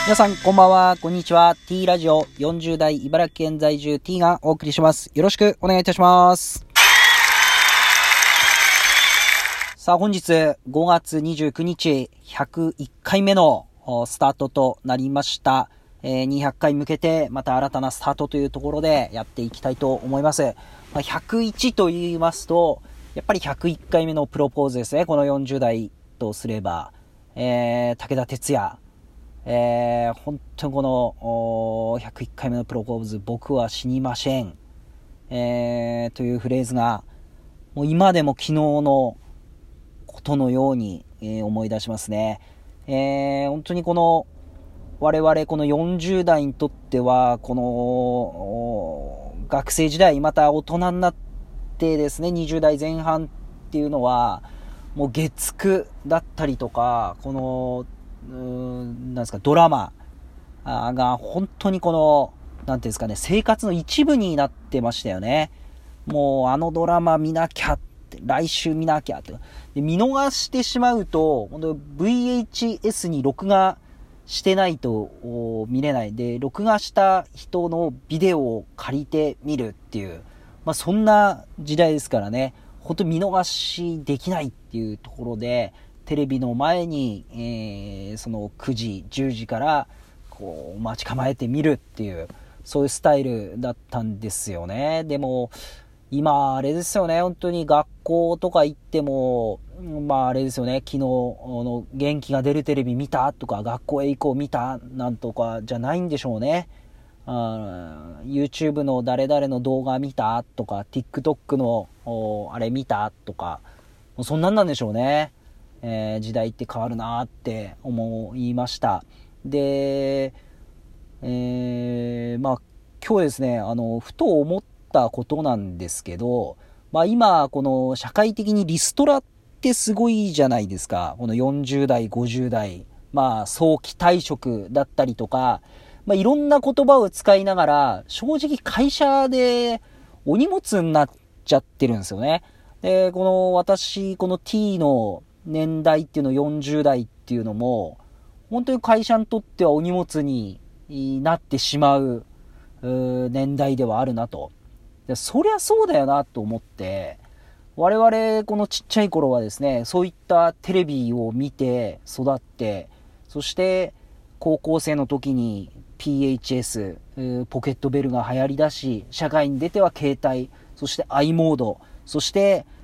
皆さんこんばんは、こんにちは。T ラジオ40代茨城県在住 T がお送りします。よろしくお願いいたします。さあ本日5月29日101回目のスタートとなりました。200回向けてまた新たなスタートというところでやっていきたいと思います。101と言いますとやっぱり101回目のプロポーズですね。この40代とすれば、武田鉄矢、本当にこの101回目のプロポーズ、僕は死にません、というフレーズがもう今でも昨日のことのように、思い出しますね。本当にこの我々この40代にとってはこの学生時代また大人になってですね、20代前半っていうのはもう月9だったりとか、このなんですか、ドラマが本当にこのなんていうんですかね、生活の一部になってましたよね。もうあのドラマ見なきゃって、来週見なきゃって、で見逃してしまうと本当 VHS に録画してないと見れないで、録画した人のビデオを借りて見るっていう、そんな時代ですからね。本当に見逃しできないっていうところでテレビの前に、その9時10時からこう待ち構えて見るっていう、そういうスタイルだったんですよね。でも今あれですよね、本当に学校とか行ってもあれですよね、昨日の元気が出るテレビ見たとか、学校へ行こう見たなんとかじゃないんでしょうね。YouTube の誰々の動画見たとか、 TikTok のあれ見たとか、もうそんなんなんでしょうね。時代って変わるなって思いました。で、今日ですね、ふと思ったことなんですけど、今この社会的にリストラってすごいじゃないですか。この40代50代、早期退職だったりとか、いろんな言葉を使いながら正直会社でお荷物になっちゃってるんですよね。で、この T の年代っていうの、40代っていうのも本当に会社にとってはお荷物になってしまう年代ではあるなと。でそりゃそうだよなと思って、我々このちっちゃい頃はですね、そういったテレビを見て育って、そして高校生の時に PHS、ポケットベルが流行りだし、社会に出ては携帯、そして i モード、そして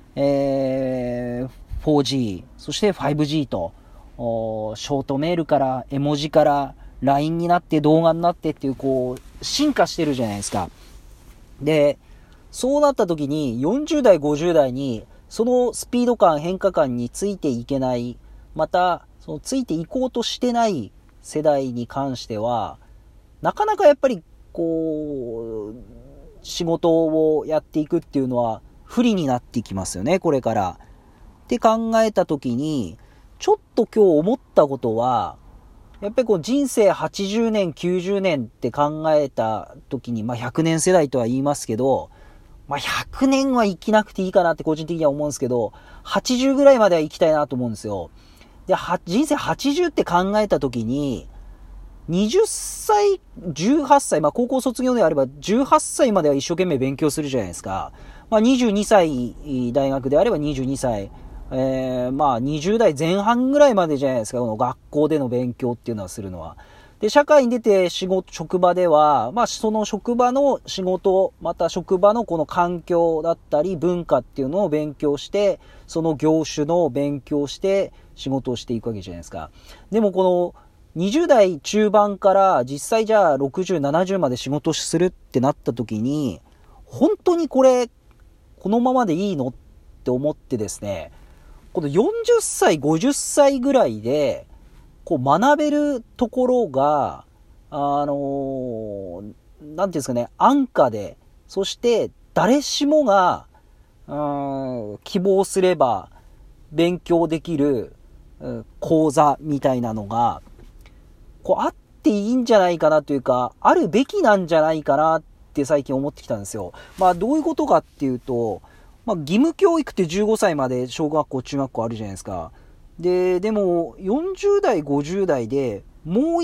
、4G、そして 5G とショートメールから絵文字から LINE になって動画になってっていう、こう進化してるじゃないですか。でそうなった時に40代50代にそのスピード感変化感についていけない、またそのついていこうとしてない世代に関してはなかなかやっぱりこう仕事をやっていくっていうのは不利になってきますよね、これからって考えた時に、ちょっと今日思ったことは、やっぱりこう人生80年90年って考えた時に、100年世代とは言いますけど、100年は生きなくていいかなって個人的には思うんですけど、80ぐらいまでは生きたいなと思うんですよ。で、人生80って考えた時に、20歳、18歳、高校卒業であれば18歳までは一生懸命勉強するじゃないですか。22歳大学であれば22歳、20代前半ぐらいまでじゃないですか、この学校での勉強っていうのはするのは。で、社会に出て職場では、その職場の仕事、また職場のこの環境だったり文化っていうのを勉強して、その業種の勉強して仕事をしていくわけじゃないですか。でもこの20代中盤から実際じゃあ60、70まで仕事するってなった時に、本当にこのままでいいのって思ってですね、この40歳、50歳ぐらいで、こう学べるところが、なんていうんですかね、安価で、そして誰しもが、希望すれば勉強できる講座みたいなのが、こうあっていいんじゃないかなというか、あるべきなんじゃないかなって最近思ってきたんですよ。どういうことかっていうと、義務教育って15歳まで小学校中学校あるじゃないですか。でも40代50代でもう一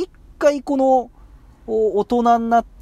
回この大人になって、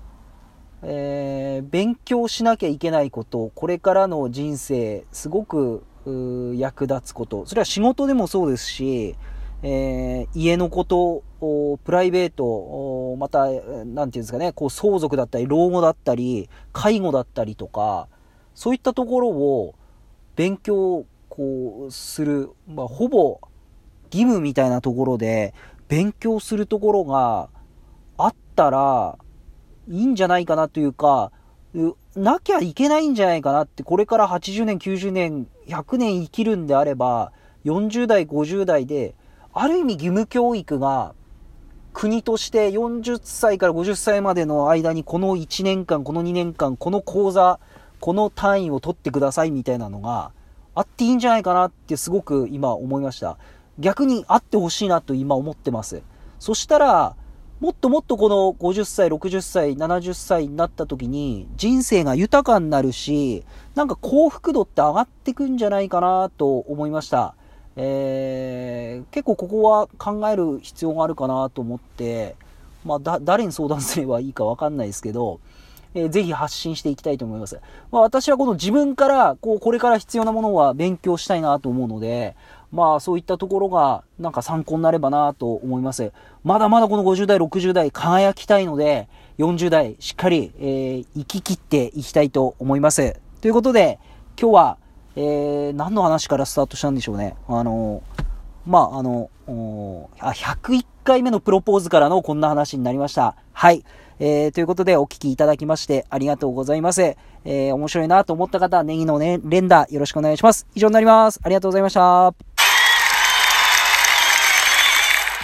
勉強しなきゃいけないこと、これからの人生すごく役立つこと、それは仕事でもそうですし、家のこと、プライベート、またなんていうんですかね、こう相続だったり老後だったり介護だったりとか、そういったところを勉強こうする、ほぼ義務みたいなところで勉強するところがあったらいいんじゃないかなというか、なきゃいけないんじゃないかなって、これから80年、90年、100年生きるんであれば、40代、50代で、ある意味義務教育が、国として40歳から50歳までの間にこの1年間、この2年間、この講座、この単位を取ってくださいみたいなのがあっていいんじゃないかなってすごく今思いました。逆にあってほしいなと今思ってます。そしたら、もっともっとこの50歳、60歳、70歳になった時に人生が豊かになるし、なんか幸福度って上がってくんじゃないかなと思いました。結構ここは考える必要があるかなと思って、誰に相談すればいいかわかんないですけど、ぜひ発信していきたいと思います。私はこの自分からこれから必要なものは勉強したいなと思うので、そういったところがなんか参考になればなと思います。まだまだこの50代、60代輝きたいので、40代しっかり、生き切っていきたいと思います。ということで、今日は、何の話からスタートしたんでしょうね。101回目のプロポーズからのこんな話になりました。はい。ということでお聞きいただきましてありがとうございます。面白いなと思った方はネギのね、連打よろしくお願いします。以上になります。ありがとうございました。